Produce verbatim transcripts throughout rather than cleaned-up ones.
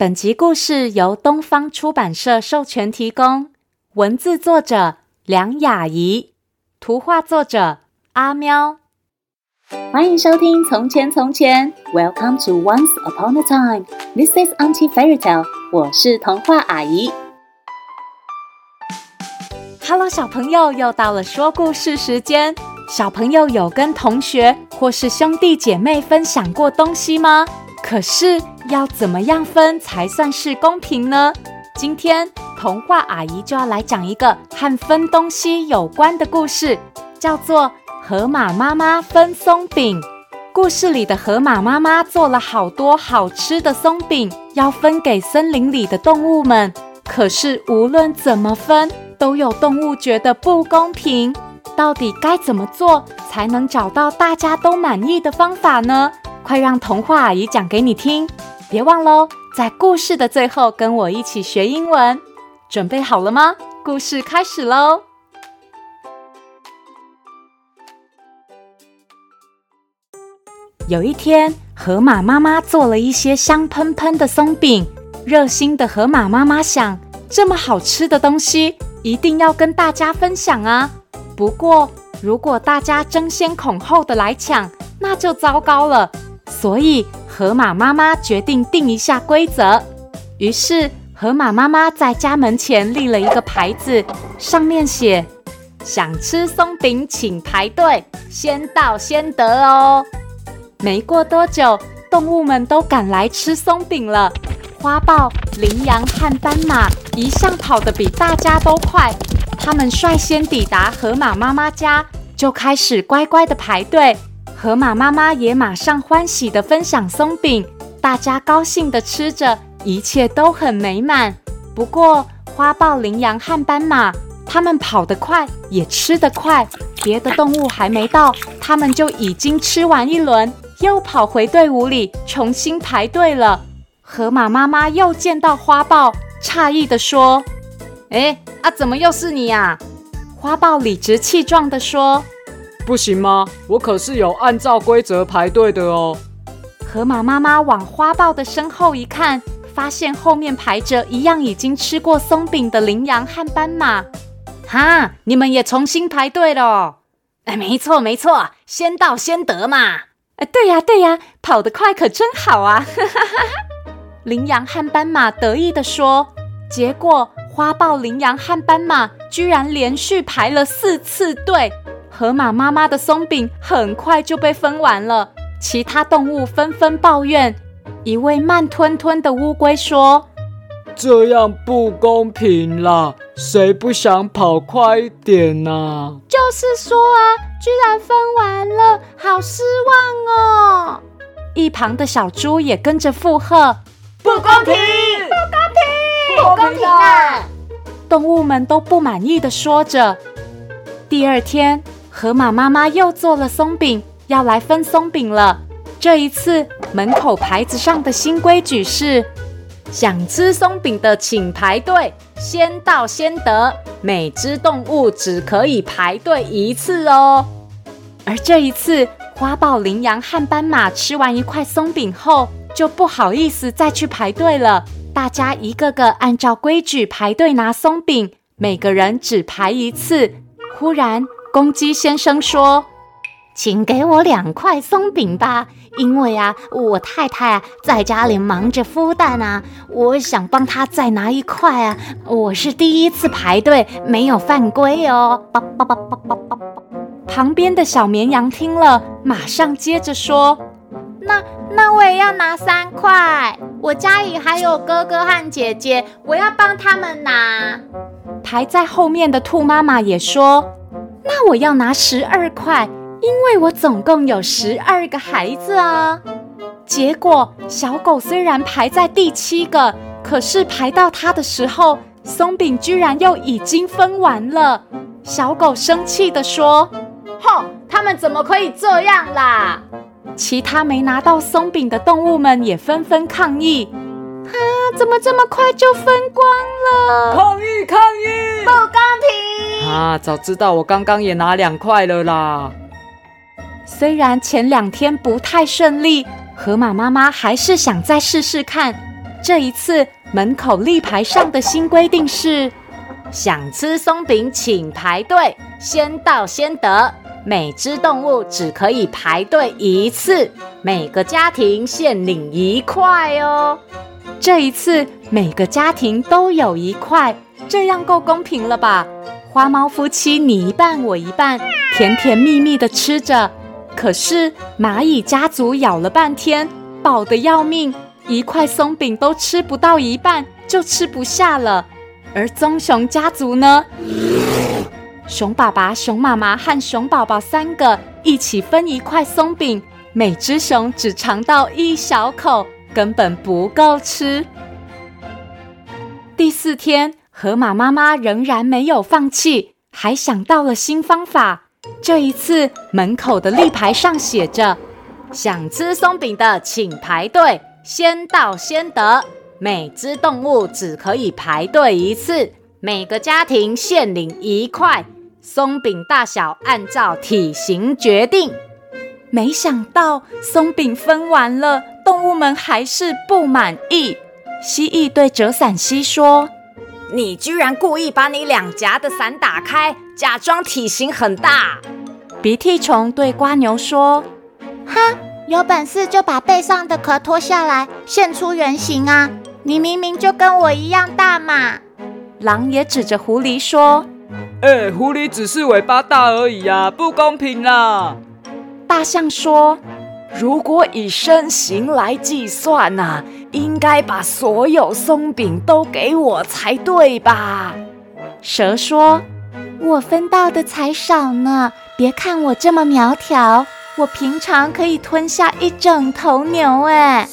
本集故事由东方出版社授权提供，文字作者梁雅怡，图画作者阿喵。欢迎收听从前从前 Welcome to Once Upon a Time This is Auntie Fairy Tale 我是童话阿姨。Hello 小朋友，又到了说故事时间。小朋友有跟同学或是兄弟姐妹分享过东西吗？可是要怎么样分才算是公平呢？今天童话阿姨就要来讲一个和分东西有关的故事，叫做河马妈妈分松饼。故事里的河马妈妈做了好多好吃的松饼，要分给森林里的动物们。可是无论怎么分，都有动物觉得不公平。到底该怎么做才能找到大家都满意的方法呢？快让童话阿姨讲给你听。别忘咯，在故事的最后跟我一起学英文。准备好了吗？故事开始咯。有一天，河马妈妈做了一些香喷喷的松饼。热心的河马妈妈想，这么好吃的东西一定要跟大家分享啊。不过如果大家争先恐后的来抢，那就糟糕了。所以河马妈妈决定定一下规则。于是河马妈妈在家门前立了一个牌子，上面写：想吃松饼请排队，先到先得哦。没过多久，动物们都赶来吃松饼了。花豹、羚羊和斑马一向跑得比大家都快，他们率先抵达河马妈妈家，就开始乖乖的排队。河马妈妈也马上欢喜的分享松饼，大家高兴的吃着，一切都很美满。不过花豹、羚羊和斑马他们跑得快，也吃得快，别的动物还没到，他们就已经吃完一轮，又跑回队伍里重新排队了。河马妈妈又见到花豹，诧异地说：诶啊，怎么又是你啊？花豹理直气壮地说： 不行吗？我可是有按照规则排队的哦。 河马妈妈往花豹的身后一看，发现后面排着一样已经吃过松饼的羚羊和斑马。哈，你们也重新排队了哦？哎，没错没错，先到先得嘛。哎，对呀对呀，跑得快可真好啊！羚羊和斑马得意地说。结果花豹、羚羊和斑马居然连续排了四次队。河马妈妈的松饼很快就被分完了，其他动物纷纷抱怨。一位慢吞吞的乌龟说： 这样不公平啦，谁不想跑快一点啊？ 就是说啊，居然分完了，好失望哦。 一旁的小猪也跟着附和： 不公平，不公平，不公平啊！ 动物们都不满意地说着。第二天，河马妈妈又做了松饼，要来分松饼了。这一次，门口牌子上的新规矩是：想吃松饼的请排队，先到先得，每只动物只可以排队一次哦。而这一次，花豹、羚羊和斑马吃完一块松饼后，就不好意思再去排队了。大家一个个按照规矩排队拿松饼，每个人只排一次。忽然公鸡先生说：请给我两块松饼吧，因为啊，我太太啊在家里忙着孵蛋啊，我想帮她再拿一块啊，我是第一次排队，没有犯规哦。旁边的小绵羊听了，马上接着说： 那那我也要拿三块，我家里还有哥哥和姐姐，我要帮他们拿。 排在后面的兔妈妈也说：那我要拿十二块，因为我总共有十二个孩子啊。结果小狗虽然排在第七个，可是排到它的时候，松饼居然又已经分完了。小狗生气地说： 吼，他们怎么可以这样啦？ 其他没拿到松饼的动物们也纷纷抗议：啊，怎么这么快就分光了？ 抗议抗议！ 不公平！ 啊，早知道我刚刚也拿两块了啦。 虽然前两天不太顺利，河马妈妈还是想再试试看。 这一次门口立牌上的新规定是： 想吃松饼请排队，先到先得。每只动物只可以排队一次，每个家庭限领一块哦。 这一次每个家庭都有一块，这样够公平了吧？花猫夫妻你一半我一半，甜甜蜜蜜的吃着。可是蚂蚁家族咬了半天，饱得要命，一块松饼都吃不到一半就吃不下了。而棕熊家族呢？熊爸爸、熊妈妈和熊宝宝三个一起分一块松饼，每只熊只尝到一小口，根本不够吃。第四天，河马妈妈仍然没有放弃，还想到了新方法。这一次，门口的立牌上写着： 想吃松饼的请排队，先到先得。每只动物只可以排队一次，每个家庭限领一块，松饼大小按照体型决定。 没想到松饼分完了，动物们还是不满意。蜥蜴对折伞蜥说： 你居然故意把你两颊的伞打开，假装体型很大。 鼻涕虫对蝸牛说： 哈，有本事就把背上的壳脱下来，现出原形啊！你明明就跟我一样大嘛。 狼也指着狐狸说： 哎，狐狸只是尾巴大而已啊，不公平啦！ 大象说： 如果以身形来计算啊，应该把所有松饼都给我才对吧？ 蛇说：我分到的才少呢，别看我这么苗条，我平常可以吞下一整头牛哎。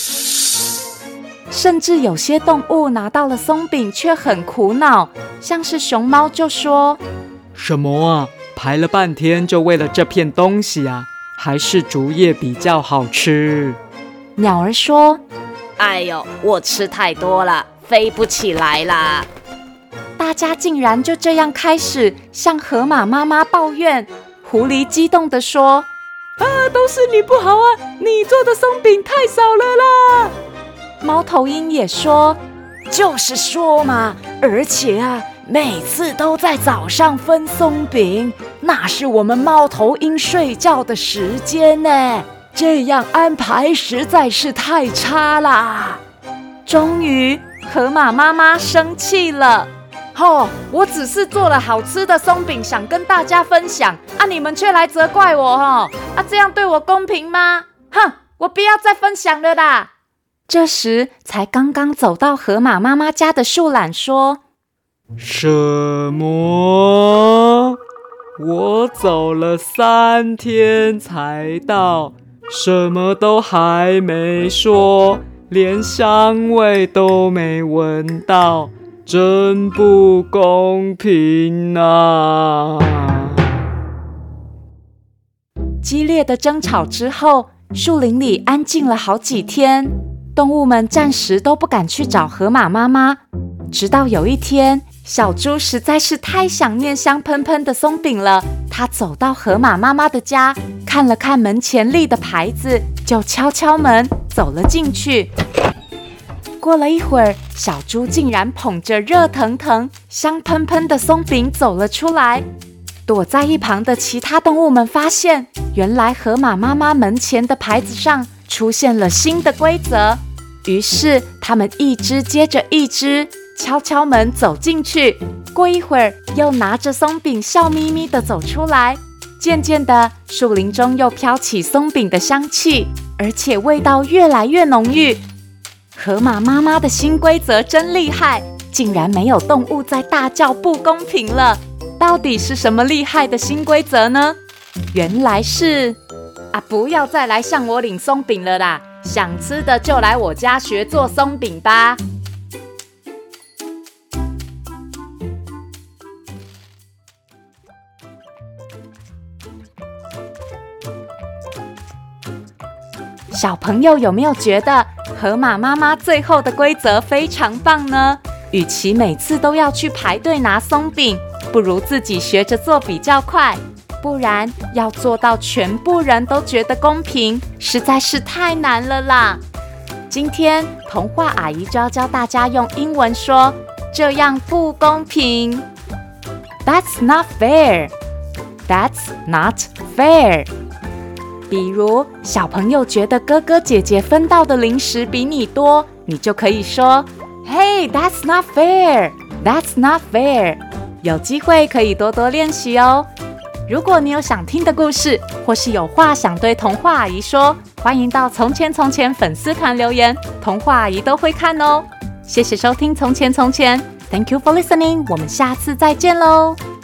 甚至有些动物拿到了松饼却很苦恼，像是熊猫就说： 什么啊，排了半天就为了这片东西啊，还是竹叶比较好吃。 鸟儿说： 哎呦，我吃太多了，飞不起来啦。 大家竟然就这样开始向河马妈妈抱怨。狐狸激动地说： 啊，都是你不好啊，你做的松饼太少了啦。 猫头鹰也说： 就是说嘛，而且啊，每次都在早上分松饼，那是我们猫头鹰睡觉的时间呢，这样安排实在是太差啦。 终于，河马妈妈生气了。 哦，我只是做了好吃的松饼，想跟大家分享啊，你们却来责怪我哦，啊，这样对我公平吗？哼，我不要再分享了啦。 这时，才刚刚走到河马妈妈家的树懒说： 什么？我走了三天才到，什么都还没说，连香味都没闻到，真不公平啊！ 激烈的争吵之后，树林里安静了好几天。动物们暂时都不敢去找河马妈妈，直到有一天，小猪实在是太想念香喷喷的松饼了。它走到河马妈妈的家，看了看门前立的牌子，就敲敲门走了进去。过了一会儿，小猪竟然捧着热腾腾、香喷喷的松饼走了出来。躲在一旁的其他动物们发现，原来河马妈妈门前的牌子上出现了新的规则。于是他们一只接着一只敲敲门走进去，过一会儿又拿着松饼笑眯眯地走出来。渐渐的，树林中又飘起松饼的香气，而且味道越来越浓郁。河马妈妈的新规则真厉害，竟然没有动物在大叫不公平了。到底是什么厉害的新规则呢？原来是啊，不要再来向我领松饼了啦，想吃的就来我家学做松饼吧。 小朋友有没有觉得河马妈妈最后的规则非常棒呢？与其每次都要去排队拿松饼，不如自己学着做比较快。不然要做到全部人都觉得公平，实在是太难了啦。 今天童话阿姨就要教大家用英文说这样不公平。 That's not fair. That's not fair. 比如小朋友觉得哥哥姐姐分到的零食比你多，你就可以说 Hey, that's not fair. That's not fair. 有机会可以多多练习哦。如果你有想听的故事，或是有话想对童话阿姨说，欢迎到从前从前粉丝团留言，童话阿姨都会看哦。谢谢收听从前从前， Thank you for listening， 我们下次再见喽。